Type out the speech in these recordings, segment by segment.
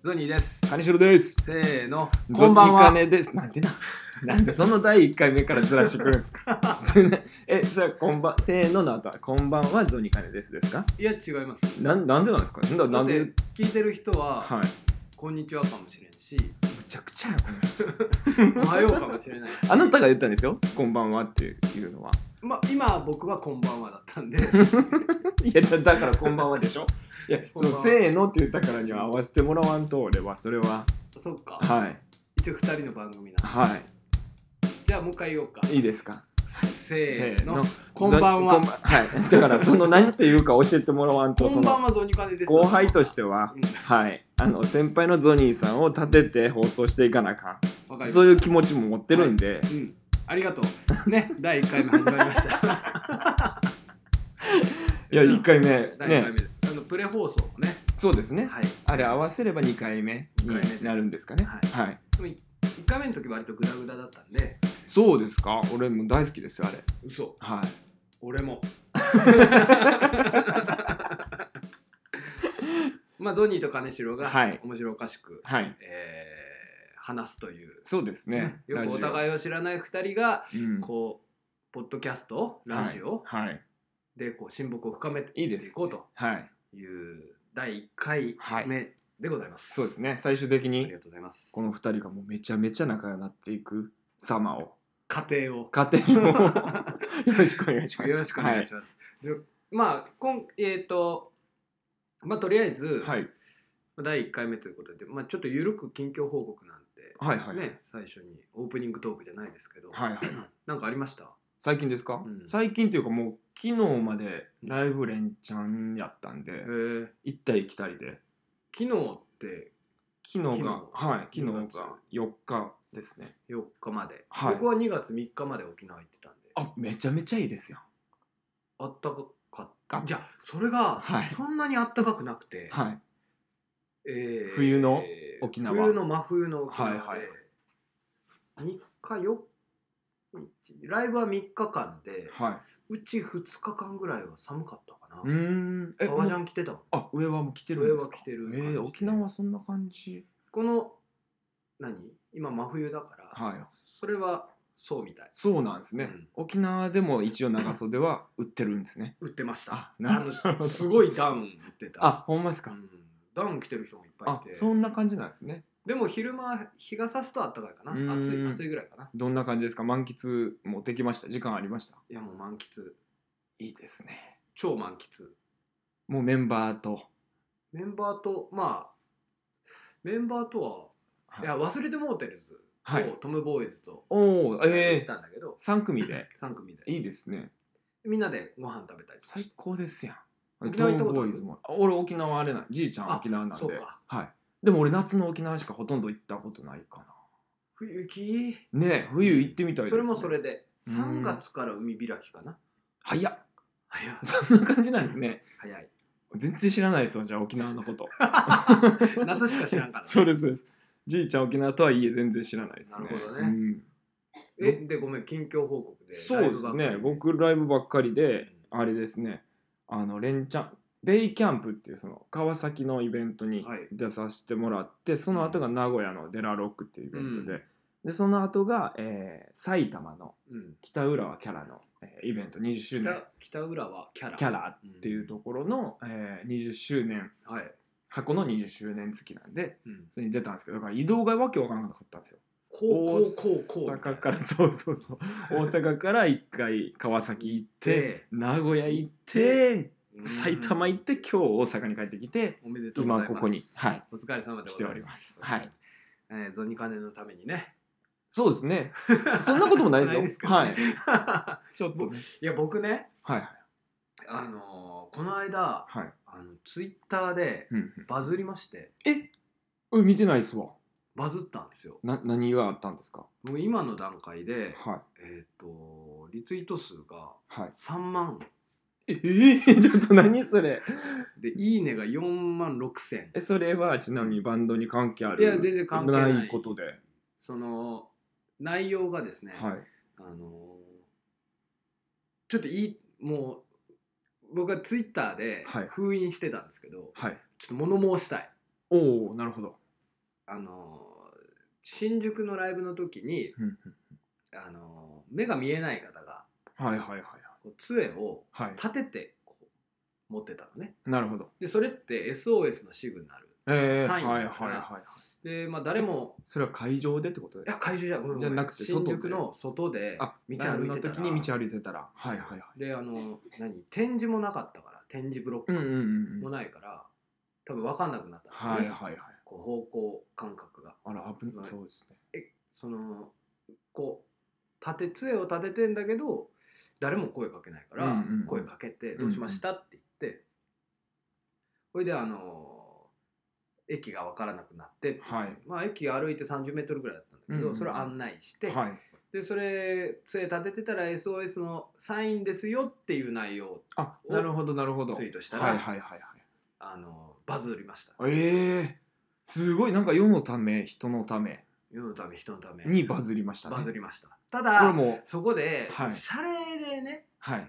ゾニーです。 金城です。 せーの、こんばんは。 ゾニー金です。なんでその第1回目からずらしてくるんですかそれこんばん、せーのの後は、こんばんはゾニー金ですですか？ いや、違います。 なんでなんですか？なんで聞いてる人は、 はい、 こんにちはかもしれんし、 むちゃくちゃやこの人おはようかもしれないし。 あなたが言ったんですよ、こんばんはっていうのは。 今僕はこんばんはだったんで。 いや、だからこんばんはでしょ。いや、そのせーのって言ったからには合わせてもらわんと、俺はそれは。 そっか。 はい。 一応2人の番組なんで。 はい。 じゃあもう一回言おうか。 いいですか？ せーの、こんばんは。 はい。だからその何て言うか教えてもらわんと、 こんばんはゾニカネです。 後輩としては、はい。先輩のゾニーさんを立てて放送していかなあかん。そういう気持ちも持ってるんで。 ありがとう。ね、第1回目始まりました。 いや、1回目。 第1回目です。プレ放送もね。 そうですね。 はい。 あれ合わせれば2回目になるんですかね。はい。 1回目の時割とグダグダだったんで。 そうですか？俺も大好きですよ、あれ。 嘘。 はい。 俺も。まあゾニーと金城が面白おかしく、話すという。 そうですね。 よくお互いを知らない2人がこうポッドキャスト、ラジオでこう親睦を深めていこうという第1回目でございます。 そうですね。最終的にありがとうございます。 この2人がもうめちゃめちゃ仲良くなっていく様を、 家庭をよろしくお願いします。 よろしくお願いします。まあとりあえず、第1回目ということで、ちょっと緩く近況報告なんて、ね、最初にオープニングトークじゃないですけど、なんかありました？ 最近ですか？最近っていうかもう昨日までライブ連チャンやったんで、行ったり来たりで。 昨日って昨日が4日ですね。 4日まで。僕は2月3日まで沖縄行ってたんで。 あ、めちゃめちゃいいですよ。 あったかかった。じゃあそれがそんなにあったかくなくて、 冬の沖縄、 冬の真冬の沖縄で3日4ライブは3日間で、うち2日間ぐらいは寒かったかな。革ジャン着てたもん。 あ、上はもう着てるんですか？ 上は着てる。 沖縄はそんな感じ。 この今真冬だから、それはそうみたい。 そうなんですね。沖縄でも一応長袖は売ってるんですね。 売ってました。すごいダウン売ってた。 あ、ほんまですか？ ダウン着てる人もいっぱいいて。 そんな感じなんですね。 でも昼間日が差すとあったかいかな。暑いぐらいかな。 どんな感じですか？満喫もできました？時間ありました？ いや、もう満喫。 いいですね。 超満喫。 もうメンバーとはいや、忘れてモーテルズとトムボーイズと行ったんだけど、 3組でいいですね。 みんなでご飯食べたり。 最高ですやん。 沖縄行ったことある？ 俺沖縄あれない。じいちゃん沖縄なんで。でも俺夏の沖縄しかほとんど行ったことないかな。 冬行きね、冬行ってみたいですね。 それもそれで3月から海開きかな。 早っ。そんな感じなんですね。 早い。 全然知らないですよ、じゃあ沖縄のこと夏しか知らんからね。 そうです。じいちゃん沖縄とはいえ全然知らないですね。 なるほどね。でごめん、近況報告で。 そうですね、僕ライブばっかりで、あれですね、連チャンベイキャンプっていうその川崎のイベントに出させてもらって、その後が名古屋のデラロックっていうイベントで、でその後が、埼玉の北浦和キャラの、イベント20周年北浦和キャラっていうところの、20周年、箱の20周年付きなんで、それに出たんですけど、だから移動がわけわからなかったんですよ。大阪から大阪から1回川崎行って名古屋行って埼玉行って今日大阪に帰ってきて、今ここにお疲れ様で来ております。 ゾニカネのためにね。 そうですね。そんなこともないですよ。ちょっとね。 いや僕ね、この間ツイッターでバズりまして。 見てないっすわ。 バズったんですよ。 何があったんですか？ もう今の段階で、リツイート数が3万。 ちょっと何それ。 でいいねが4万6千。 それはちなみにバンドに関係ある？ いや全然関係ないことで。 その内容がですね、ちょっともう僕はツイッターで封印してたんですけど、ちょっと物申したい。 なるほど。 新宿のライブの時に目が見えない方が杖を立ててこう持ってたのね。 なるほど。 でそれって SOS のシグナルサインだから、で誰もそれは会場でってことですか？ いや会場じゃなくて新宿の外で道歩いてたら、 の時に道歩いてたら、 で展示もなかったから、展示ブロックもないから、多分分かんなくなったのね。こう方向感覚が。 あら危ない。そうですね。 こう杖を立ててんだけど誰も声かけないから、声かけてどうしましたって言って、それで駅が分からなくなって、まあ駅歩いて30メートルぐらいだったんだけど、それを案内して、でそれ杖立ててたら SOS のサインですよっていう内容をなるほどなるほどツイートしたら、バズりました。 すごい、なんか世のため人のためにバズりましたね。 バズりました。ただそこでシャレでね、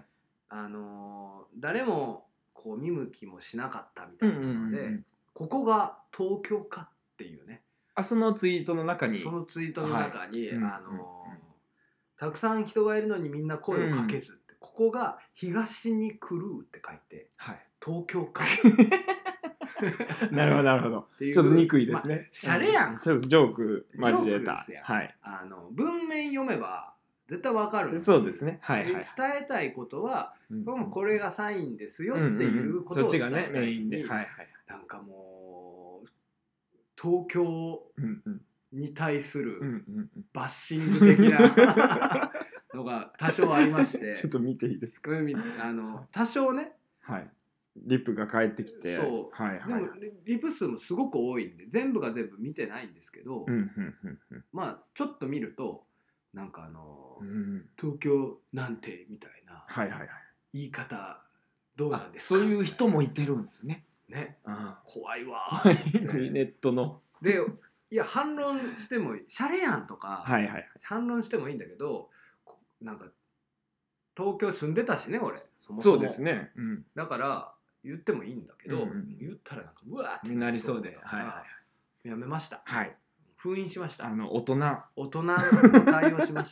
誰もこう見向きもしなかったみたいなので、ここが東京かっていうね。 そのツイートの中にたくさん人がいるのにみんな声をかけずって、ここが東に来るって書いて、東京かなるほどなるほど。ちょっと憎いですね。 シャレやん。 ちょっとジョーク交えた。 文面読めば絶対わかる。 そうですね。 伝えたいことは、これがサインですよっていうことを伝えたい。そっちがねメインで。なんかもう東京に対するバッシング的なのが多少ありまして。 ちょっと見ていいですか？ 多少ね。 リプが返ってきて、 でもリプ数もすごく多いんで全部が全部見てないんですけど、まあちょっと見るとなんか東京なんてみたいな言い方どうなんですか？ そういう人もいてるんですね。 怖いわネットので、いや反論してもシャレやんとか反論してもいいんだけど、なんか東京住んでたしね俺そもそも。そうですね。だから言ってもいいんだけど、言ったらなんかうわーってなりそうで、 やめました。封印しました。 大人の対応しました。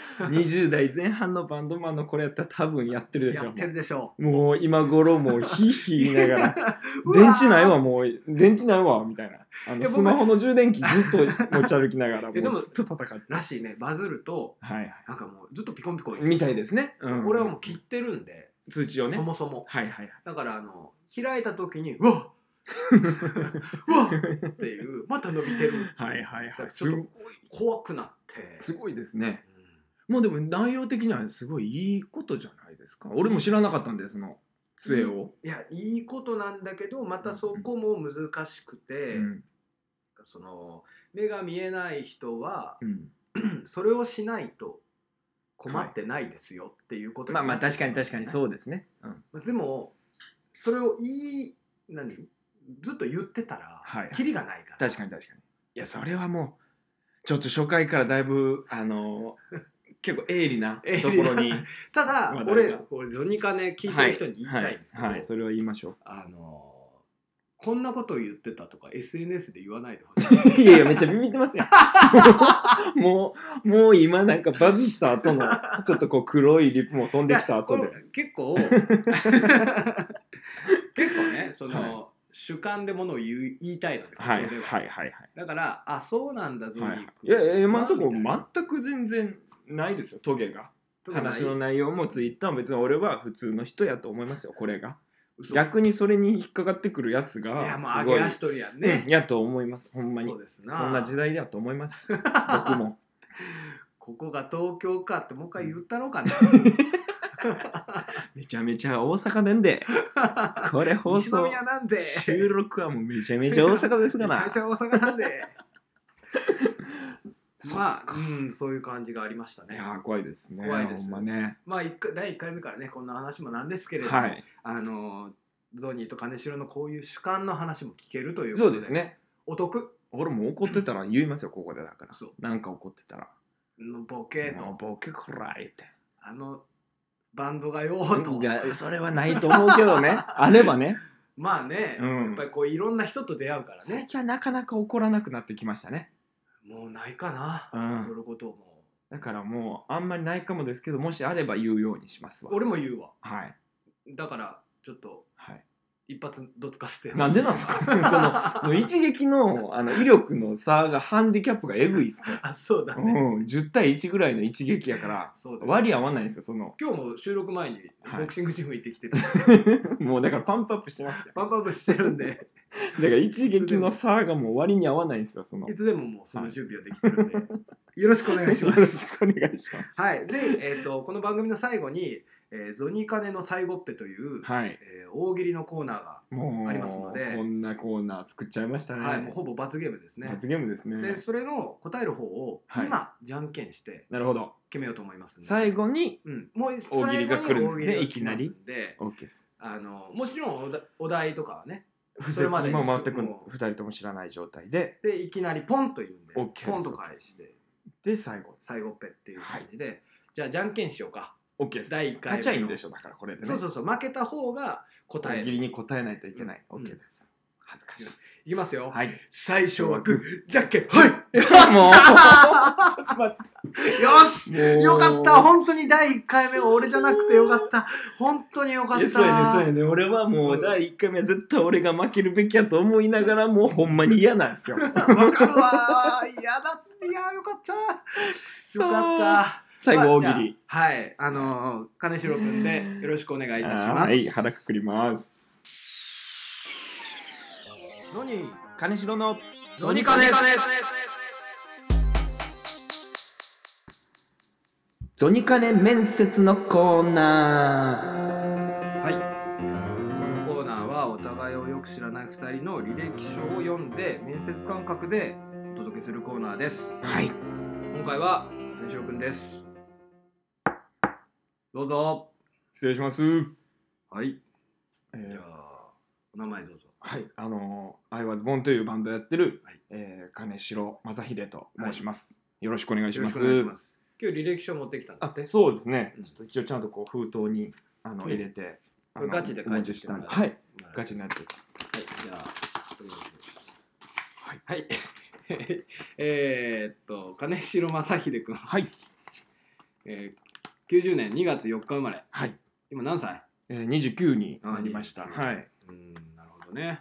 20代前半のバンドマンのこれやったら多分やってるでしょ。 やってるでしょう。 もう今頃もうヒーヒー言いながら電池ないわもう電池ないわみたいな、スマホの充電器ずっと持ち歩きながらもうずっと戦ってらしいね。バズるとなんかもうずっとピコンピコンみたいですね。 俺はもう切ってるんで通知をね、 そもそもだから開いた時にうわっうわっっていうまた伸びてる。ちょっと怖くなってすごいですね。もうでも内容的にはすごいいいことじゃないですか。俺も知らなかったんでその杖を。 いやいいことなんだけどまたそこも難しくて、その目が見えない人は、それをしないと困ってないですよっていうことになってしまう。 確かにそうですね。 でもそれをずっと言ってたらキリがないから。 確かにいやそれはもうちょっと初回からだいぶ結構鋭利なところにただ俺ゾニカね聞いてる人に言いたいんですけど、 それは言いましょう。 こんなことを言ってたとか SNS で言わないでほしい。 いやめっちゃビビってますよ。もう今なんかバズった後のちょっとこう黒いリプも飛んできた後で結構ねその、主観でものを言いたいので、ここでは。だからそうなんだゾニー君。 いや今のところ全く全然ないですよトゲが。話の内容もツイッターも別に俺は普通の人やと思いますよこれが。逆にそれに引っかかってくるやつがいやもう揚げ足取りやんね。 やと思いますほんまに。 そうですな。 そんな時代だと思います僕も。 ここが東京かってもう一回言ったのかな。 めちゃめちゃ大阪なんでこれ放送西宮なんで収録はもうめちゃめちゃ大阪ですから。 めちゃめちゃ大阪なんでまあ、そういう感じがありましたね。 いや怖いですね。 怖いです。 ほんまね。 まあ第1回目からねこんな話もなんですけれども、ゾニーと金城のこういう主観の話も聞けるということで。 そうですね。 お得。 俺も怒ってたら言いますよここでだから。なんか怒ってたら。 ボケと。 ボケこらえて。 バンドがよと。 いやそれはないと思うけどね。あればね。 まあね、やっぱりこういろんな人と出会うからね。 最近はなかなか怒らなくなってきましたね。 もうないかな、怒ることも。 だからもうあんまりないかもですけど、もしあれば言うようにしますわ。 俺も言うわ。 はい。 だからちょっと、はい、一発どつかせて。 なんでなんですかその一撃の威力の差がハンディキャップがえぐいっすね。 あ、そうだね。 10対1ぐらいの一撃やから、割り合わないんですよ。 今日も収録前にボクシングジム行ってきてて、 もうだからパンプアップしてますよ。 パンプアップしてるんで。 だから一撃の差がもう割に合わないんですよ。 いつでももうその準備はできてるんで、よろしくお願いします。 よろしくお願いします。 はい。で、この番組の最後に、ゾニカネの最後っぺという、大喜利のコーナーがありますので、 こんなコーナー作っちゃいましたね。 はい、もうほぼ罰ゲームですね。 罰ゲームですね。 で、それの答える方を今、じゃんけんしてなるほど決めようと思いますので、 最後にもう大喜利が来るんですね。いきなり。 OK です。もちろんお題とかはね、 それまで今全く2人とも知らない状態で、 いきなりポンと言うんで、ポンと返してで最後っぺっていう感じで、じゃあじゃんけんしようか。 OK です。第1回勝ちゃいいんでしょ。だからこれでね。 そう負けた方が答える。 大喜利に答えないといけない。OK です。恥ずかしい。 いきますよ。 はい。 最初はグー、じゃんけん、はい。もうちょっと待って。よし。よかった。本当に第1回目は俺じゃなくてよかった。本当によかった。 そうやね。俺はもう第1回目は絶対俺が負けるべきやと思いながらもうほんまに嫌なんですよ。わかるわ。嫌だ。いやよかった。よかった。 最後大喜利。 はい。金城くんでよろしくお願いいたします。 はい。腹くくります。 ゾニー金城のゾニカネ。 ゾニカネ面接のコーナー。はい。このコーナーはお互いをよく知らない2人の履歴書を読んで面接感覚でお届けするコーナーです。 はい。 今回は金城くんです。どうぞ。 失礼します。 はい。じゃあお名前どうぞ。 はい。I was born というバンドやってる、金城正秀と申します。よろしくお願いします。 今日履歴書持ってきたんだって。 そうですね。ちょっと一応ちゃんとこう封筒に入れて、 ガチで書いてきたんだ。 はい。ガチのやつです。 はい。じゃあはい。金城正秀くん。 はい。 90年2月4日生まれ。 はい。 今何歳 ？29になりました。はい。 なるほどね。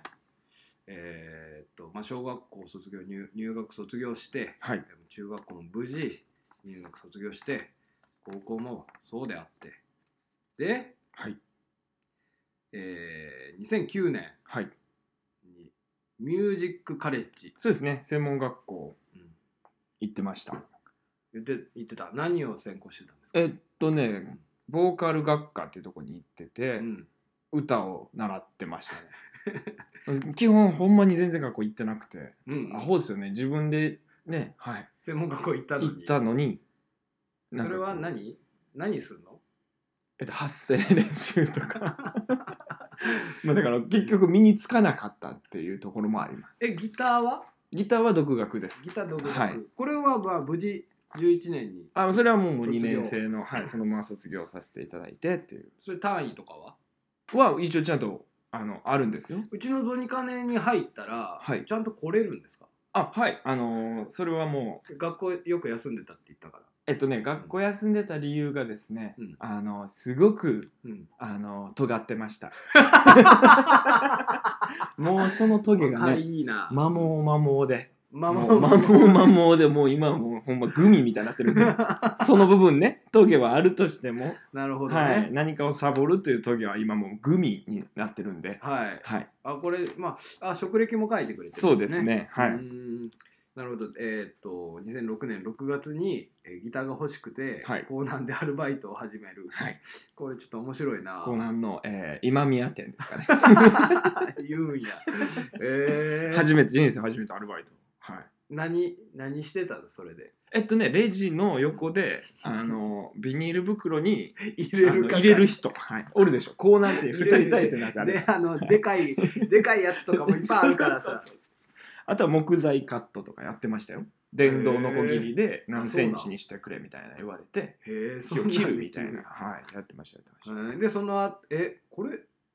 小学校卒業入学卒業して、 はい、 中学校も無事入学卒業して高校もそうであってで、 はい、 2009年にミュージックカレッジ、 そうですね、専門学校行ってました。 言ってた。何を専攻してたんですか？ ボーカル学科っていうところに行ってて、歌を習ってましたね。基本ほんまに全然学校行ってなくて、アホですよね。自分でね、はい、 専門学校行ったのにそれは何するの？ 発声練習とかまあだから結局身につかなかったっていうところもあります。 ギターは独学です。 ギター独学、はい、これは無事11年にそれはもう2年生の、はい、そのまま卒業させていただいてっていう。 それ単位とかは一応ちゃんとあるんですよ。 うちのゾニカネに入ったら、はい、ちゃんと来れるんですか？ はい。それはもう学校よく休んでたって言ったから。 学校休んでた理由がですね、すごく、尖ってました。もうそのトゲがね、摩耗で。摩耗でもう今はもうほんまグミみたいになってるんでその部分ね、トゲはあるとしても、 なるほどね、 はい、何かをサボるというトゲは今もうグミになってるんで、 はい、はい、これ職歴も書いてくれてるんですね。 そうですね、はい。 なるほど。2006年6月にギターが欲しくて、はい、コーナンでアルバイトを始める、はい、これちょっと面白いな。 コーナンの、今宮店ですかね言うんや、 人生初めてアルバイト、はい、 何してたのそれで？ レジの横でビニール袋に入れる人、はい、おるでしょ。コーナーって2人体制なんですよ。でかいやつとかもいっぱいあるからさあとは木材カットとかやってましたよ。電動のこぎりで何センチにしてくれみたいな言われて、木を切るみたいな、はい、やってました。 でそのこれ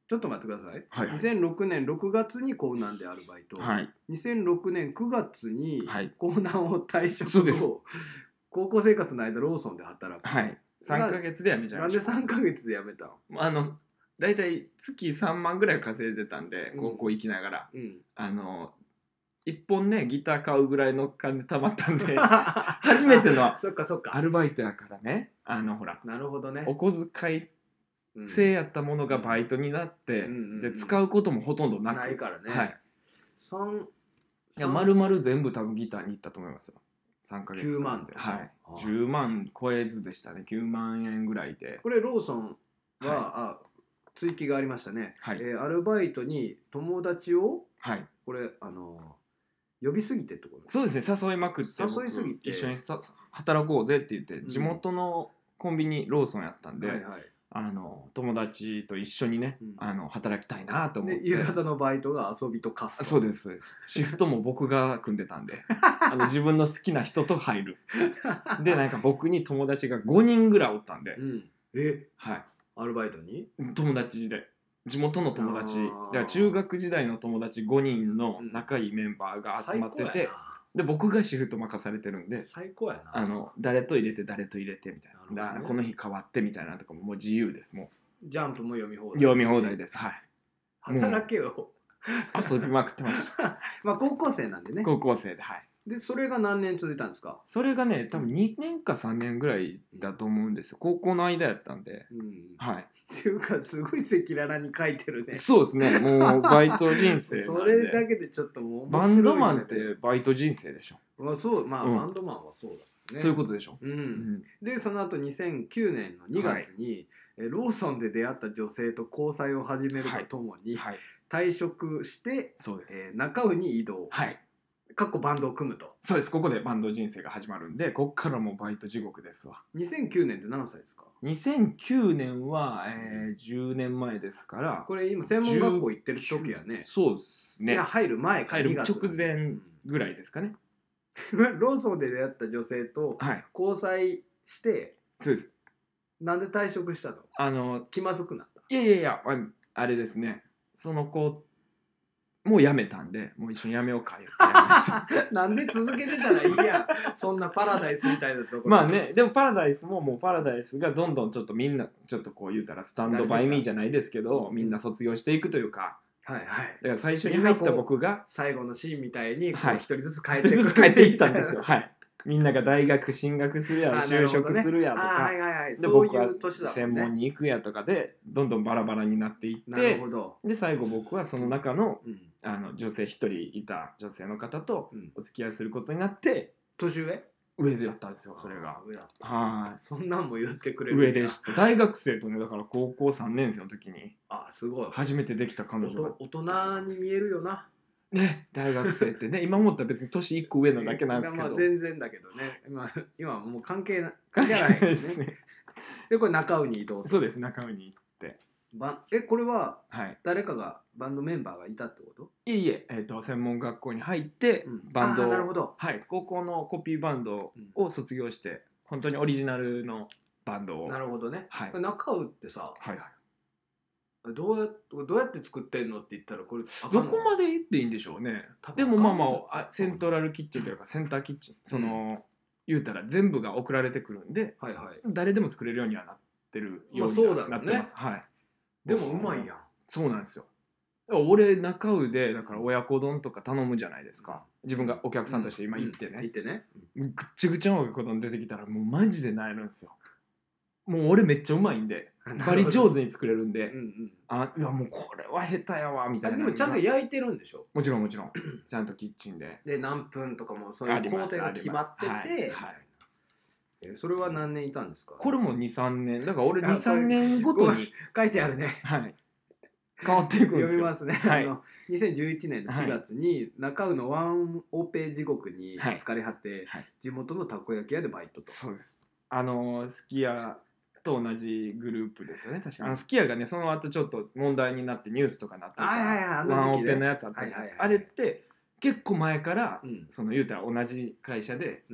ちょっと待ってください、 はい、 2006年6月に江南でアルバイト、 はい、 2006年9月に江南を退職を、高校生活の間ローソンで働く、 はい、3ヶ月で辞めちゃいました。 なんで3ヶ月で辞めたの？ だいたい月3万ぐらい稼いでたんで、高校行きながら、1本ねギター買うぐらいの金貯まったんで初めてのアルバイトやからね、ほら、 なるほどね、 お小遣い制やったものがバイトになって、で使うこともほとんどなくないからね、 はい、いや丸々全部多分ギターに行ったと思いますよ。3ヶ月 9万で、はい、10万超えずでしたね。9万円ぐらいで。 これローソンは、追記がありましたね、アルバイトに友達を、これ呼びすぎてってこと？ そうですね、誘いまくって、 誘いすぎて一緒に働こうぜって言って、地元のコンビニローソンやったんで、友達と一緒にね、働きたいなと思って。 夕方のバイトが遊びとカス。 そうです、そうです。シフトも僕が組んでたんで自分の好きな人と入るで、なんか僕に友達が5人ぐらいおったんで、はい、アルバイトに友達で地元の友達だから中学時代の友達5人の仲いいメンバーが集まってて、で僕がシフト任されてるんで、 最高やな。 誰と入れて誰と入れてみたいな、この日変わってみたいなとかももう自由です。もうジャンプも読み放題、 読み放題です。はい、 働けよ遊びまくってましたまあ高校生なんでね。 高校生で、はい。 でそれが何年続いたんですか？ それがね多分2年か3年ぐらいだと思うんですよ。高校の間やったんで、はい。 っていうかすごい赤裸々に書いてるね。 そうですね、もうバイト人生それだけでちょっともうバンドマンってバイト人生でしょ。 まあそう、まあ、バンドマンはそうだね。 そういうことでしょ。 でその後2009年の2月に、ローソンで出会った女性と交際を始めるとともに、退職して、中尾に移動。かっこバンドを組むと。 そうです。ここでバンド人生が始まるんで、こっからもうバイト地獄ですわ。 2009年って何歳ですか ？2009年は、10年前ですから、 これ今専門学校行ってる時やね。 そうですね。 いや入る前か、 入る直前ぐらいですかね。 ローソンで出会った女性と交際して、 そうです。 なんで退職したの？気まずくなった？ いやあれですね、その子もう辞めたんで、もう一緒に辞めようか言ってなんで続けてたらいいやんそんなパラダイスみたいなところ。 まあね、でもパラダイスももうパラダイスがどんどんちょっとみんなちょっとこう言うたらスタンドバイミーじゃないですけど、みんな卒業していくというか、だから最初に入った僕が最後のシーンみたいに一人ずつ変えていったんですよ。はい。みんなが大学進学するや就職するやとか、で僕は専門に行くやとかでどんどんバラバラになっていって、で最後僕はその中の女性一人いた女性の方とお付き合いすることになって、 年上でやったんですよ。それがはい、そんなんも言ってくれる。 上でした。大学生とね、だから高校3年生の時にすごい初めてできた彼女が。 大人に見えるよなね、大学生ってね、今思ったら別に年1個上なだけなんですけど、 全然だけどね、今はもう関係ないですね。でこれ中尾に移動。 そうです、中尾に行って。 これは誰かがバンドメンバーがいたってこと？ いえ、専門学校に入ってバンドを、 なるほど、 はい、高校のコピーバンドを卒業して、本当にオリジナルのバンドを。 なるほどね。 はい、 中尾ってさ、どうやって作ってんのって言ったらこれどこまで言っていいんでしょうね。でもまあセントラルキッチンというかセンターキッチン、言うたら全部が送られてくるんで、誰でも作れるようにはなってるようになってます。 でもうまいやん。 そうなんですよ。俺中尾でだから親子丼とか頼むじゃないですか。自分がお客さんとして今行ってね。ぐっちぐちゃの親子丼出てきたらもうマジでなえるんですよ。もう俺めっちゃうまいんで、バリ上手に作れるんで、いやもうこれは下手やわみたいな。 でもちゃんと焼いてるんでしょ？ もちろんちゃんとキッチンで。 で何分とかもそういう工程が決まってて、それは何年いたんですか？ これも 2,3 年だから俺 2,3 年ごとに書いてあるね。 変わっていくんですよ。 読みますね。2011年の4月に中尾のワンオペ地獄に疲れ果て、地元のたこ焼き屋でバイトと。 そうです。すき家と同じグループですよね。確かすき家がね、その後ちょっと問題になってニュースとかなってるからワンオペのやつあったじゃないですか。あれって結構前からその言うたら同じ会社で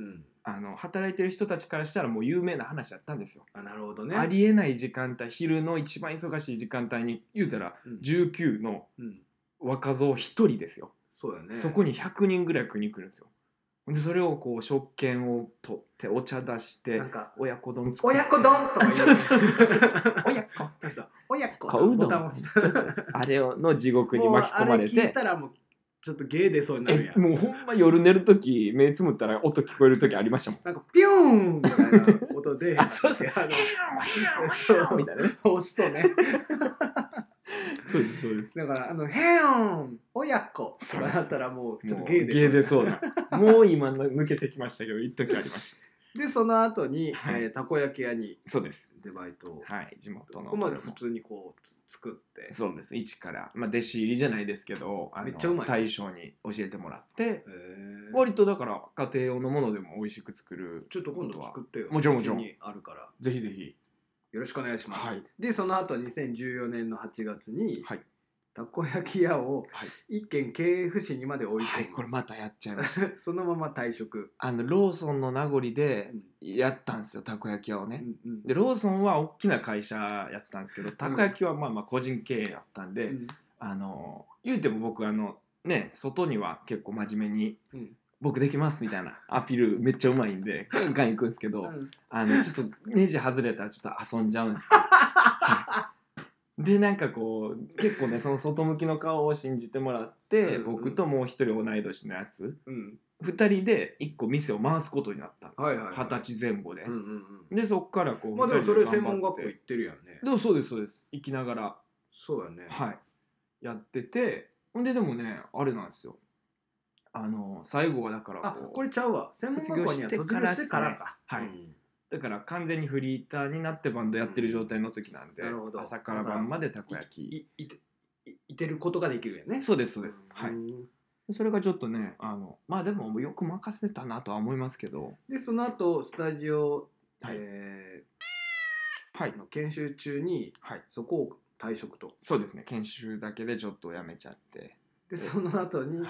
働いてる人たちからしたらもう有名な話だったんですよ。 なるほどね。 ありえない時間帯、昼の一番忙しい時間帯に言うたら、19の若造1人ですよ。 そうだね。 そこに100人ぐらい食いに来るんですよ。でそれをこう食券を取ってお茶出して親子丼作って親子丼とか言う親子丼ボタンをあれの地獄に巻き込まれて、 あれ聞いたらもうちょっとゲー出そうになるやん。 もうほんま夜寝るとき目つむったら音聞こえるときありましたもん。 なんかピューンみたいな音でそうみたいなね押すとねそうですそうです。 だからヘヨン親子とかだったらもうちょっとゲー出そうなもう今抜けてきましたけど一時ありました。 でその後にたこ焼き屋にそうですでバイト、 地元のここまで普通にこう作って、 そうです一から、弟子入りじゃないですけどめっちゃうまい大将に教えてもらって割とだから家庭用のものでも美味しく作る。 ちょっと今度作ってよ。 もちろんもちろんあるからぜひぜひよろしくお願いします。でその後2014年の8月に、たこ焼き屋を一軒経営不振にまで追い込む、 これまたやっちゃいましたそのまま退職。 ローソンの名残でやったんですよたこ焼き屋をね、でローソンは大きな会社やったんですけどたこ焼きはまあ個人経営やったんで、言うても僕外には結構真面目に、僕できますみたいなアピールめっちゃうまいんでガンガン行くんですけど、ちょっとネジ外れたらちょっと遊んじゃうんですよでなんかこう結構ねその外向きの顔を信じてもらって、僕ともう一人同い年のやつ、2人で1個店を回すことになったんですよ、20歳前後で、でそっからこうでもそれ専門学校行ってるやんね。 でもそうです行きながらそうやねやってて、ほんででもねあれなんですよ最後はだからこれちゃうわ専門学校には卒業してからか。 だから完全にフリーターになってバンドやってる状態の時なんで、朝から晩までたこ焼きいてることができるよね。 そうですそれがちょっとねでもよく任せたなとは思いますけど、 でその後スタジオの研修中にそこを退職と。 そうですね研修だけでちょっとやめちゃって、 でその後に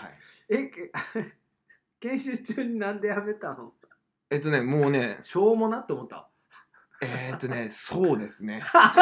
研修中になんでやめたの？ もうねしょうもなって思った。 そうですね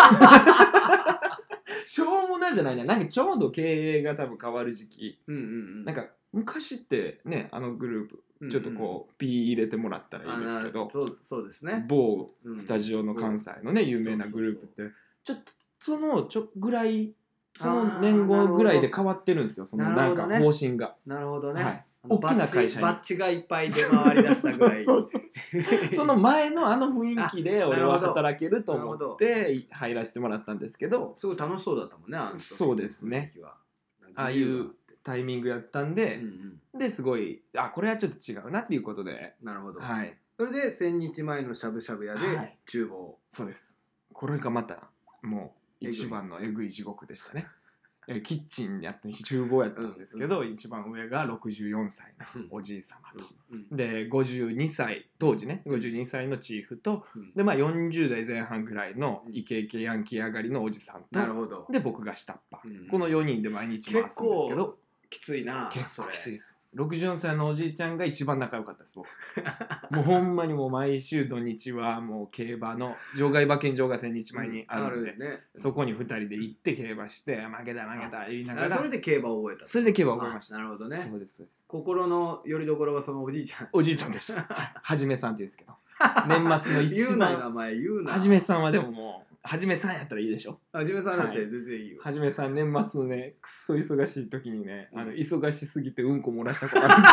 しょうもなじゃないな、なんかちょうど経営が多分変わる時期、なんか昔ってねグループちょっとこう P 入れてもらったらいいですけど、 そうですね、 某スタジオの関西のね有名なグループってちょっとそのぐらいその年後ぐらいで変わってるんですよ、そのなんか方針が。 なるほどね。 大きな会社にバッジがいっぱい出回りだしたぐらいその前の雰囲気で俺は働けると思って入らせてもらったんですけど、 すごい楽しそうだったもんねそうですね、ああいうタイミングやったんで、ですごいこれはちょっと違うなっていうことで。 なるほど。それで1000日前のしゃぶしゃぶ屋で厨房。 そうです。これがまたもう一番のえぐい地獄でしたね。キッチンやって厨房やったんですけど、一番上が64歳のおじい様と、で52歳当時ね52歳のチーフと、で40代前半ぐらいのイケイケヤンキー上がりのおじさんと、で僕が下っ端、この4人で毎日回すんですけど、 きついな。 結構きついです。64歳のおじいちゃんが一番仲良かったです僕もうほんまにもう毎週土日はもう競馬の場外馬券場が1000日前にあるんで、そこに2人で行って競馬して負けた言いながら、 それで競馬を覚えた。 それで競馬を覚えました。 なるほどね。 そうです心の拠り所がそのおじいちゃん。 おじいちゃんでしたはじめさんって言うんですけど年末の一番言うな名前言うな。 はじめさんはでももうはじめさんやったらいいでしょ。 はじめさんだって全然いいよ。 はじめさん年末のねくっそ忙しい時にね忙しすぎてうんこ漏らしたことあるん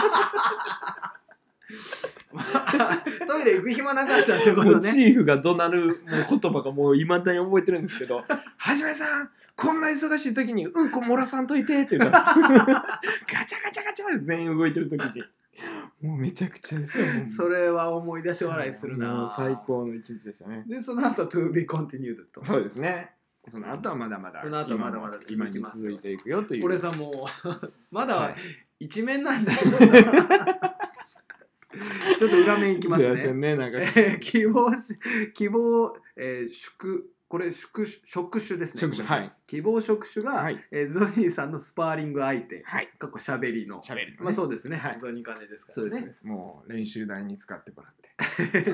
ですよトイレ行く暇なかったってことね。 もうチーフが怒鳴るもう言葉がもういまだに覚えてるんですけどはじめさんこんな忙しい時にうんこ漏らさんといてって言うからガチャガチャガチャって全員動いてる時にもうめちゃくちゃですよ。 それは思い出し笑いするな。 もう最高の一日でしたね。 でその後 To be continued と。 そうですね。その後はまだまだ今に続いていくよという。 これさもうまだ一面なんだよちょっと裏面いきますね。 なんか希望、 これ職種ですね。 職種、はい。 希望職種が、はい、ゾニーさんのスパーリング相手、 はい、 過去しゃべりの、 ね、 まあそうですね、はい、ゾニカネですからね。 そうです。もう練習台に使ってもらって。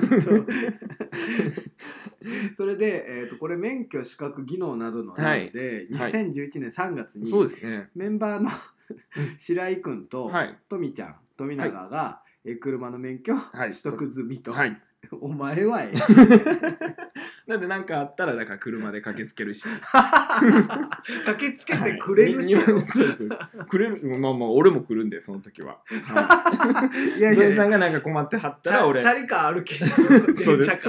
それで、これ免許資格技能などの欄で、はい、2011年3月に、 そうですね、 メンバーの白井君と富ちゃん、富永が、車の免許、取得済みと。はい、お前はなんで何かあったらだから車で駆けつけるし駆けつけてくれるし、はい、 そうですくれる、まあ俺も来るんでその時は、はい、いやいやゾニさんがなんか困ってはったら俺チャリカーあるけどそうです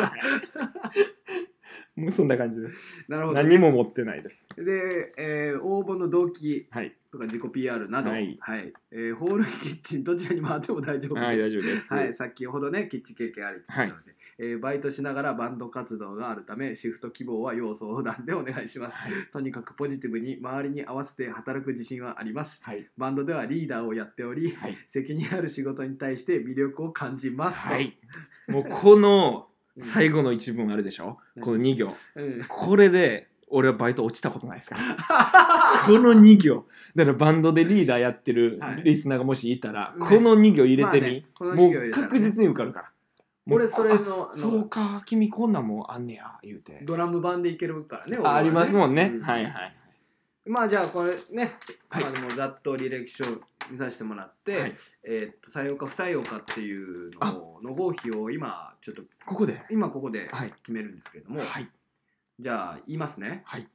もうそんな感じです。 なるほど。 何も持ってないです。 で、応募の動機とか自己 PR など、はい、ホールキッチンどちらに回っても大丈夫です。はい、大丈夫です。はい、先ほどねキッチン経験ありと言ったので、バイトしながらバンド活動があるためシフト希望は要相談でお願いします。はい、とにかくポジティブに周りに合わせて働く自信はあります。はい、バンドではリーダーをやっており、はい、責任ある仕事に対して魅力を感じますと。はい、 もうこの最後の一文あるでしょ、この2行、これで俺はバイト落ちたことないですからこの2行だからバンドでリーダーやってるリスナーがもしいたら、この2行入れてみ、もう確実に受かるから。 俺それのそうか君こんなんもあんねや言うてドラム版でいけるからね。 ありますもんね、はいはい。 まあじゃあこれね、もうざっと履歴書見させてもらって、採用か不採用かっていうのの合否を今ちょっとここで決めるんですけれども、はい、じゃあ言いますね。はい、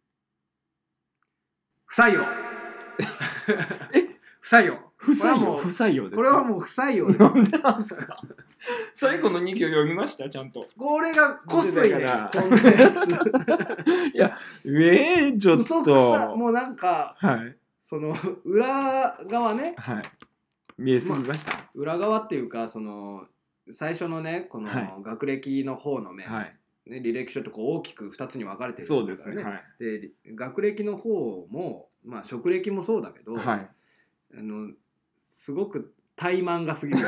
不採用不採用不採用ですか。 これはもう不採用です。 なんでなんですか最後の2行読みましたちゃんと。 これがこすいねこんなやついやちょっと嘘くさもうなんか、はい、その裏側ね、はい、 見えすぎました、 裏側っていうかその最初のねこの学歴の方の面、はい、ね、履歴書ってこう大きく2つに分かれてるんですよね。そうですね、はい、で学歴の方もまあ職歴もそうだけど、はい、すごく怠慢が過ぎる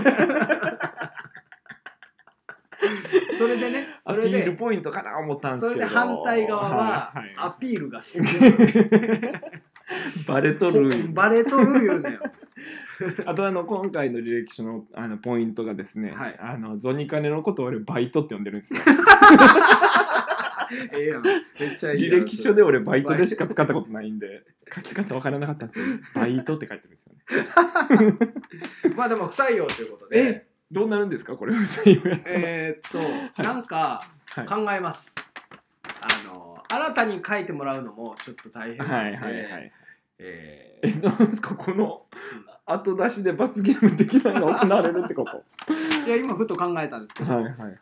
それでね、 アピールポイントかな思ったんですけど、 それで反対側はアピールがすごいバレとる言うねよあと今回の履歴書のポイントがですね、はい、ゾニカネのことを俺バイトって呼んでるんですよええやん、めっちゃいい。 履歴書で俺バイトでしか使ったことないんで書き方わからなかったんですよ。バイトって書いてるんですよねまあでも不採用ということでどうなるんですかこれ不採用やったらなんか考えます、はい、新たに書いてもらうのもちょっと大変なので、 なんですかこの後出しで罰ゲーム的なのが行われるってこといや今ふと考えたんですけど、はいはいはい、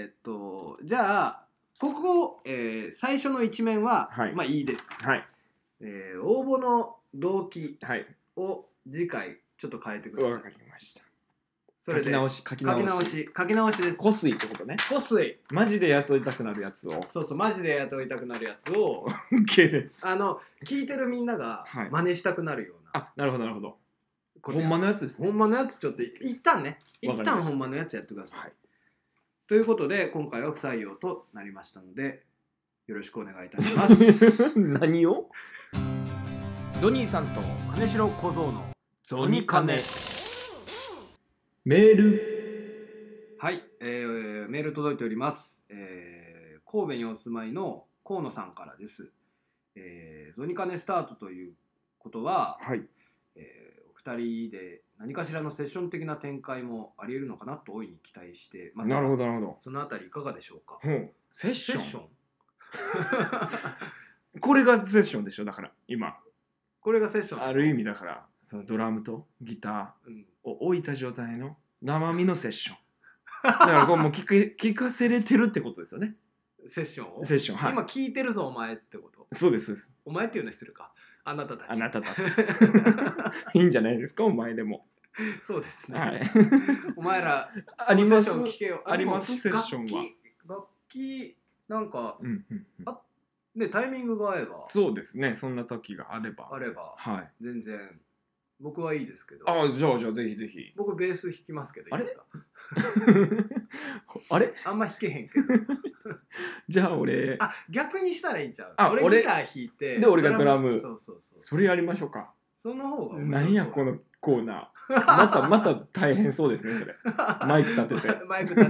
じゃあここ、最初の一面は、はい、まあいいです、はい、応募の動機を次回ちょっと変えてください。 わかりました。それで書き直しです。 こすいってことね。 こすいマジで雇いたくなるやつを。 そうマジで雇いたくなるやつを OK です。 聞いてるみんなが真似したくなるような、 はい、なるほどなるほど。ほんまのやつですね。 ほんまのやつちょっと一旦ほんまのやつやってください、はい、ということで今回は不採用となりましたのでよろしくお願いいたします何をゾニーさんと金城小僧のゾニカネ。 メール、 はい、メール届いております、神戸にお住まいの河野さんからです、ゾニカネスタートということは、はい、お二人で何かしらのセッション的な展開もあり得るのかなと大いに期待してます。 なるほどなるほど。 そのあたりいかがでしょうか。 セッションこれがセッションでしょ。だから今これがセッションある意味だからそのドラムとギターを置いた状態の生身のセッションだからこれもう聞かせれてるってことですよね。 セッションをセッション、はい、 今聞いてるぞお前ってこと。 そうですお前っていうのにするか。あなたたちいいんじゃないですかお前でも。 そうですね、 はい、 お前らあります聞けよ。 ありますセッションは。 楽器なんか、ね、タイミングが合えば。 そうですね、そんな時があれば、 はい、全然僕はいいですけど。 じゃあぜひぜひ。 僕ベース弾きますけどいいですか。 あれあんま弾けへんけどじゃあ俺逆にしたらいいんちゃう。 俺ギター弾いてで俺がドラム。 そうそれやりましょうか。 その方がなんやこのコーナー。また大変そうですねそれ。マイク立てて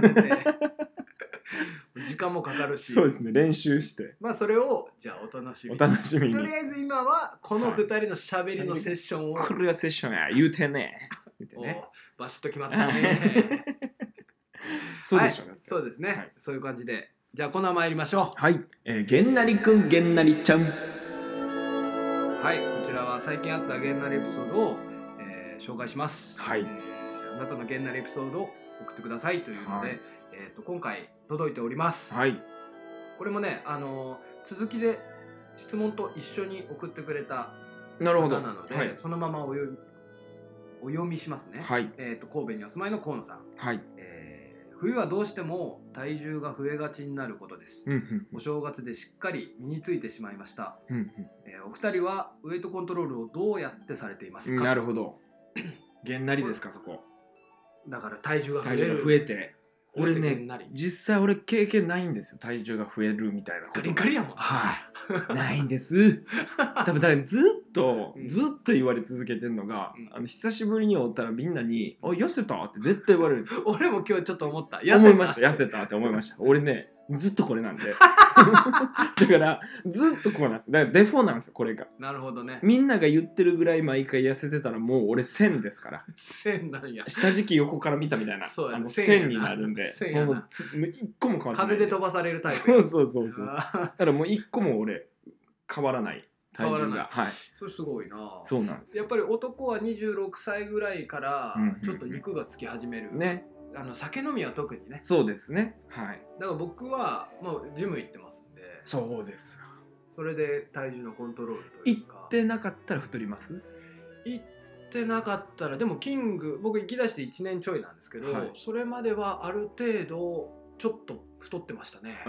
時間もかかるし。 そうですね、練習して。 それをじゃあお楽しみに。とりあえず今はこの2人のしゃべりのセッションを、 これがセッションや言うてね。 バシッと決まったね。 そうでしょうね。 そうですね。そういう感じで。じゃあコーナー参りましょう。 はい。げんなりくんげんなりちゃん。 はい、こちらは最近あったげんなりエピソードを、紹介します。 はい。 あなたのげんなりエピソードを送ってくださいというので、今回届いております。 はい。 これもね、続きで質問と一緒に送ってくれた方なので、そのままお読みしますね。 はい。 神戸にお住まいの河野さん。 はい。 冬はどうしても体重が増えがちになることです。お正月でしっかり身についてしまいました。お二人はウエイトコントロールをどうやってされていますか？ なるほど。げんなりですか、そこ。 だから体重が増えて。俺ね、実際俺経験ないんですよ、体重が増えるみたいなこと。 ガリガリやもん。 ないんです。多分ずっと言われ続けてるのが、久しぶりに会ったらみんなに「痩せた?」って絶対言われるんですよ。 俺も今日ちょっと思った。 思いました、痩せたって思いました。俺ね、ずっとこれなんで。だからずっとこうなんです。だからデフォなんですよ、これが。 なるほどね。 みんなが言ってるぐらい毎回痩せてたらもう俺線ですから。 線なんや。 下敷き横から見たみたいな。線になるんで、その一個も変わってない。 風で飛ばされるタイプ。 そう。だからもう一個も俺変わらない。体重が。はい。 それすごいな。 そうなんです。 やっぱり男は26歳ぐらいからちょっと肉がつき始める。 ね。 酒飲みは特にね。 そうですね。はい。 だから僕はもうジム行ってますんで。 そうですよ。 それで体重のコントロールというか。 行ってなかったら太ります？ 行ってなかったら、でも僕行きだして1年ちょいなんですけど、それまではある程度ちょっと太ってましたね。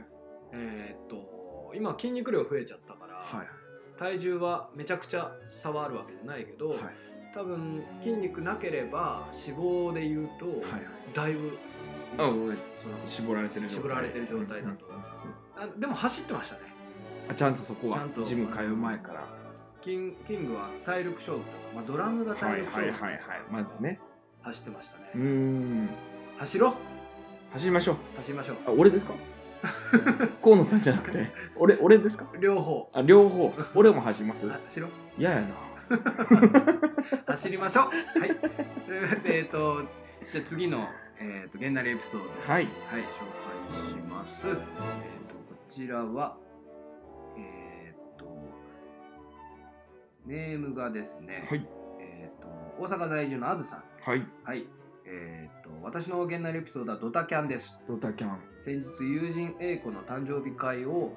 今筋肉量増えちゃったから、体重はめちゃくちゃ差はあるわけじゃないけど、多分筋肉なければ脂肪でいうと、だいぶ絞られてる状態だと。でも走ってましたね。 ちゃんとそこはジム通う前から。 キングは体力勝負とか、ドラムが体力勝負、 まずね走ってましたね。走りましょう。 俺ですか？河野さんじゃなくて俺ですか？ 両方。 俺も走ります。 走ろう。 嫌やな。 走りましょう。はい。じゃあ次のげんなりエピソード紹介します。こちらはネームがですね、大阪在住のあずさん。私のげんなりエピソードはドタキャンです。 ドタキャン。 先日友人 A 子の誕生日会を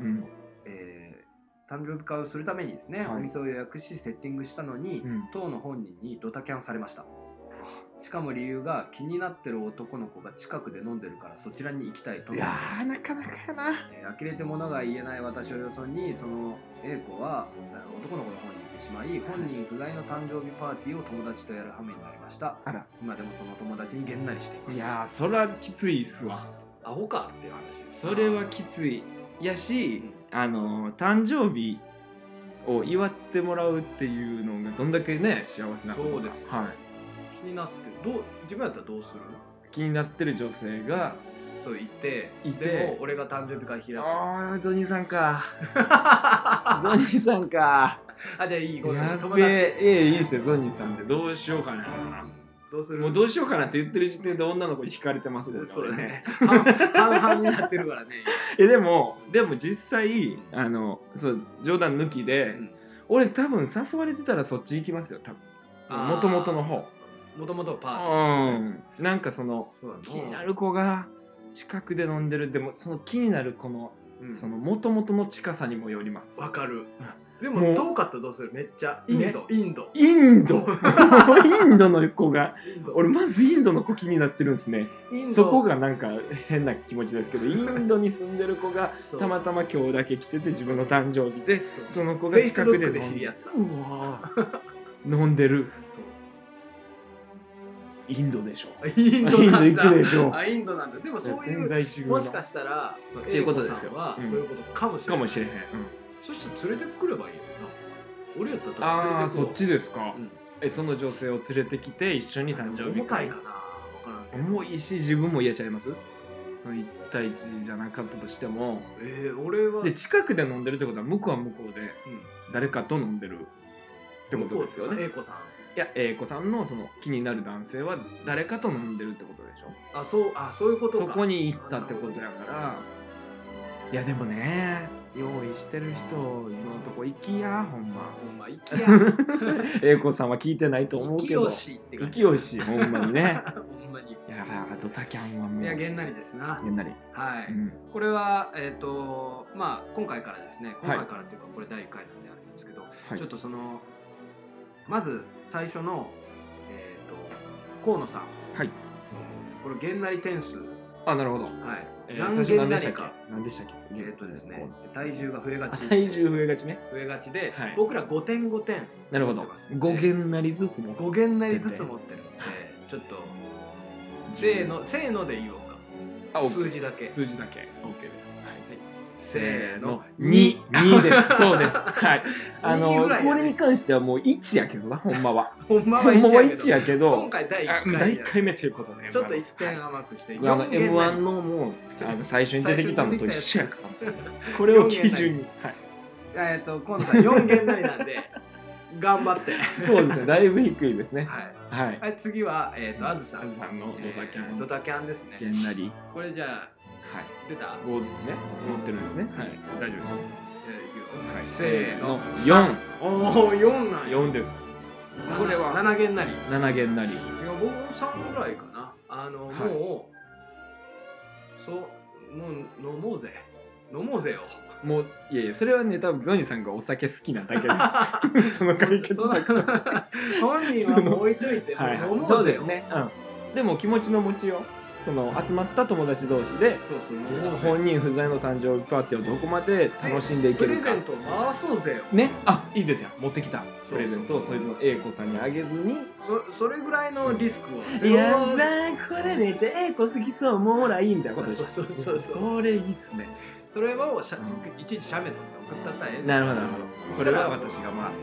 するためにですね、お店を予約しセッティングしたのに、当の本人にドタキャンされました。しかも理由が気になってる男の子が近くで飲んでるからそちらに行きたいと。 いやー、なかなかやな。 呆れて物が言えない私をよそに、その A 子は男の子の方に行ってしまい、本人不在の誕生日パーティーを友達とやる羽目になりました。今でもその友達にげんなりしています。 いやー、それはきついっすわ。 アホかっていう話です。 それはきついやし、誕生日を祝ってもらうっていうのがどんだけね幸せなことか。 そうです。気になって自分やったらどうする？ 気になってる女性がそういてでも俺が誕生日会開く。 ああ、ゾニーさんか。ゾニーさんか。 じゃあいい。 やっべいいっすよ、ゾニーさんでどうしようかな。 どうする？ もうどうしようかなって言ってる時点で女の子に惹かれてますもんね。 そうだね。半々になってるからね。 でも実際そう冗談抜きで、俺多分誘われてたらそっち行きますよ、多分。元々の方。 元々パーティー。なんか気になる子が近くで飲んでる。でもその気になる子のその元々の近さにもよります。 わかる。でも遠かったらどうする？めっちゃインドインドの子が俺まずインドの子気になってるんですね。そこがなんか変な気持ちですけど、インドに住んでる子がたまたま今日だけ来てて自分の誕生日でその子が近くで知り合った。 飲んでる。 インドでしょ。 インドなんだ。 インド行くでしょ。 インドなんだ。でもそういうもしかしたらっていうことですよ。 そういうことかもしれない。 かもしれへん。 そしたら連れてくればいいよな。俺やったら連れてくる。そっちですか。その女性を連れてきて一緒に誕生日会。 重たいかな。 重いし自分も嫌ちゃいます？その1対1じゃなかったとしても。 俺は。 で近くで飲んでるってことは向こうは向こうで誰かと飲んでるってことですよね。 英子さん。 いや、英子さんのその気になる男性は誰かと飲んでるってことでしょ。 そういうことか。 そこに行ったってことやから。いやでもね、用意してる人のとこ行きや、ほんま行きや。 英子さんは聞いてないと思うけど。行きよし、ほんまにね。 ほんまに。いや、ドタキャンはもう。 いや、げんなりですな。 げんなり。 はい。これはまあ今回からですね。今回からっていうかこれ第1回なんであれなんですけど、ちょっとその。まず最初の河野さん。 はい。 これげんなり点数。 なるほど。 はい。 何げんなりか。何でしたっけ？ ですね。体重が増えがち。 体重増えがちね。 増えがちで、僕ら5点5点。 なるほど。5げんなりずつ持ってる。 5げんなりずつ持ってる。ちょっとせーので言おうか。数字だけ。 数字だけ。OK です。 せーの 2です。そうです。はい。これに関してはもう1やけどな、ほんまは。 ほんまは1 やけど。 今回第1 回目ということで。 ちょっと1点甘くして。 M1 のもう最初に出てきたのと一緒やから。これを基準に。 河野さん4げんなりなんで頑張って。 そうですね。だいぶ低いですね。 はい。次はあずさんのドタキャンですね。 げんなり。 これじゃあ。出た 5ずつね持ってるんですね。はい、大丈夫ですよ。 せーの 4。 おお4なん 4です。 これは7げんなり。 7げんなり。いや僕も3ぐらいかな。もう飲もうぜよ。 もういやそれはね多分ゾニさんがお酒好きなだけです。その解決策として。 本人はもう置いといて飲もうぜよ。 そうですね。でも気持ちの持ちよう。その集まった友達同士で本人不在の誕生日パーティーをどこまで楽しんでいけるか。 プレゼント回そうぜよ。 ね、いいですよ。持ってきたプレゼントをそれの英子さんにあげずにそれぐらいのリスクを。 いやこれめっちゃ英子好きそうもらいいみたいなことでしょ。 そうそれいいっすね。 それをいちいち写メ撮って送ったったらええ。 なるほどこれは私がもらった。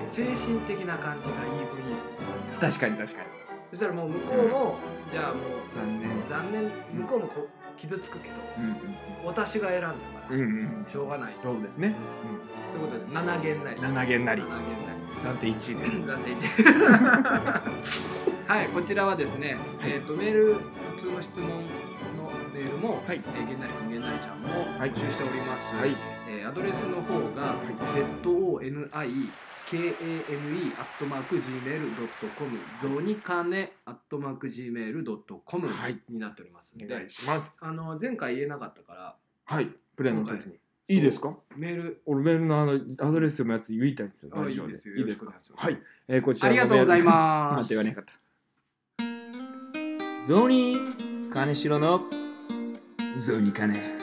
精神的な感じがいい分確かにそしたらもう向こうもじゃあもう残念向こうも傷つくけど私が選んだからしょうがない。 そうですね。 ということで7げんなり。 7げんなり。暫定1位です。 暫定1位。はい、こちらはですねメール普通の質問のメールもげんなりくんげんなりちゃんも募集しております。アドレスの方が ZONIKANE@gmail.com ゾニカネ @gmail.com になっておりますので、お願いします。前回言えなかったからプレイの時にいいですか？ メール俺メールのアドレスのやつ言いたいんですよ。ラジオでいいですか？はい。こちらありがとうございます。 待って言わなかった。ゾニ金城のゾニカネ。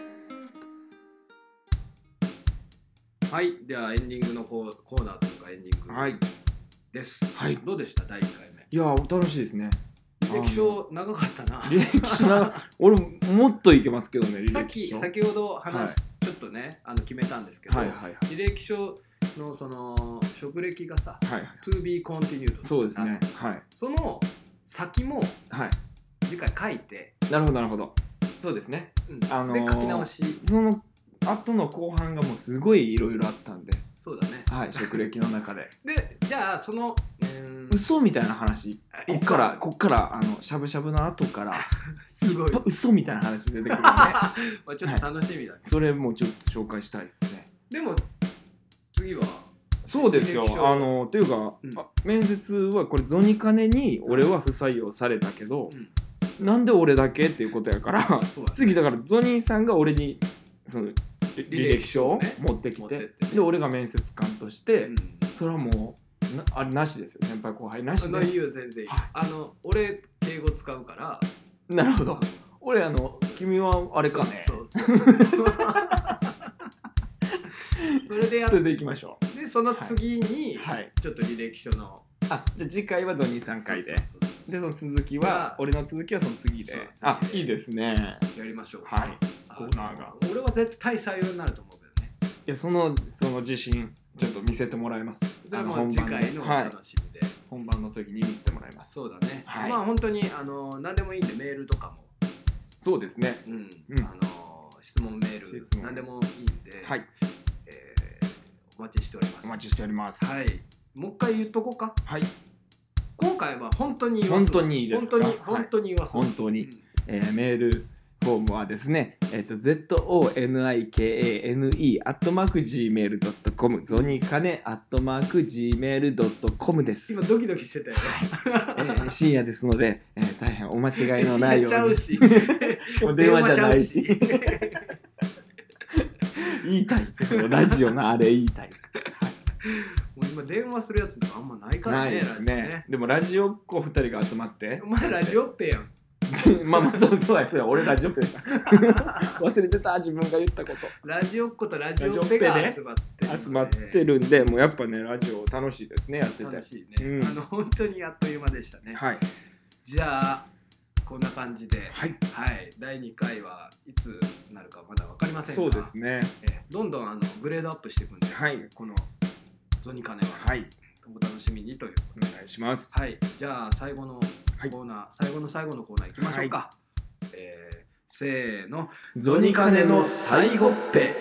はい、ではエンディングのコーナーというかエンディングです。どうでした第1回目？ いや楽しいですね。 履歴書長かったな。 履歴書俺もっといけますけどね。 先ほどちょっとね決めたんですけど、履歴書のその職歴がさ、to be continued。 そうですね。 その先も次回書いて。 なるほど。そうですね。 で書き直し。 その後の後半がもうすごいいろいろあったんで。 そうだね。 職歴の中で。 でじゃあその嘘みたいな話。こっからしゃぶしゃぶの後からすごい嘘みたいな話出てくるんで。 ちょっと楽しみだね。 それもちょっと紹介したいですね。 でも次はそうですよ。というか面接はこれゾニカネに俺は不採用されたけど、なんで俺だけっていうことやから次だからゾニーさんが俺にその履歴書を持ってきて、で俺が面接官として、それはもうあれなしですよ。先輩後輩なしで。 いいよ全然いい。俺敬語使うから。 なるほど。俺君はあれかね。 それでそれでいきましょう。でその次にちょっと履歴書のじゃあ次回はゾニーさん回ででその続きは俺の続きはその次で。あ、いいですね。 やりましょう。 はい。コーナーが。 俺は絶対採用になると思うけどね。 いやその自信ちょっと見せてもらいます。 それも次回のお楽しみで、 本番の時に見せてもらいます。 そうだね。まあ本当に何でもいいんでメールとかも。 そうですね。 質問メール何でもいいんで、はい。お待ちしております。 お待ちしております。 はい。もう一回言っとこうか。 はい。 今回は本当に言わす。本当にいいですか。 本当に言わす。 本当に。メールフォームはですね、zonikane@gmail.com ゾニカネ@gmail.com です。 今ドキドキしてたよね。深夜ですので、大変お間違いのないように。 電話じゃないし。 言いたい。ラジオのあれ言いたい。 もう今電話するやつなんかあんまないからね。ないですね。でもラジオっ子2人が集まって。 お前ラジオっぺやん。 まあそうですよ。俺ラジオっぺでした。忘れてた自分が言ったこと。 ラジオっ子とラジオっぺが集まってるんで、もうやっぱねラジオ楽しいですね、やってて。 楽しいね。本当にあっという間でしたね。 はい。 じゃあこんな感じで、はい。第2回はいつなるかまだ分かりませんが、 そうですね。 どんどんグレードアップしていくんで、 はい。 このゾニカネは、 はい。 お楽しみにというお願いします。 はい。じゃあ最後のコーナー、最後のコーナー行きましょうか。せーの、ゾニカネの最後っぺ。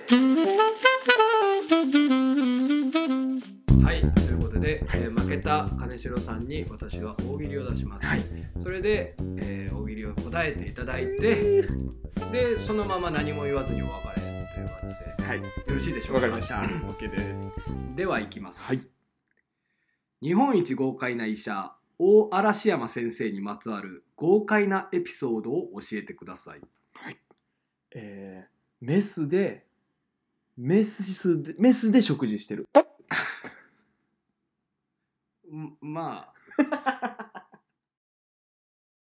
はい、ということで、負けた金城さんに私は大喜利を出します。はい。それで、大喜利を答えていただいて、でそのまま何も言わずにお別れという感じで、はい、よろしいでしょうか。 わかりました。OK です。 では行きます。 はい。 日本一豪快な医者大嵐山先生にまつわる豪快なエピソードを教えてください。 はい。メスで食事してる。 まあ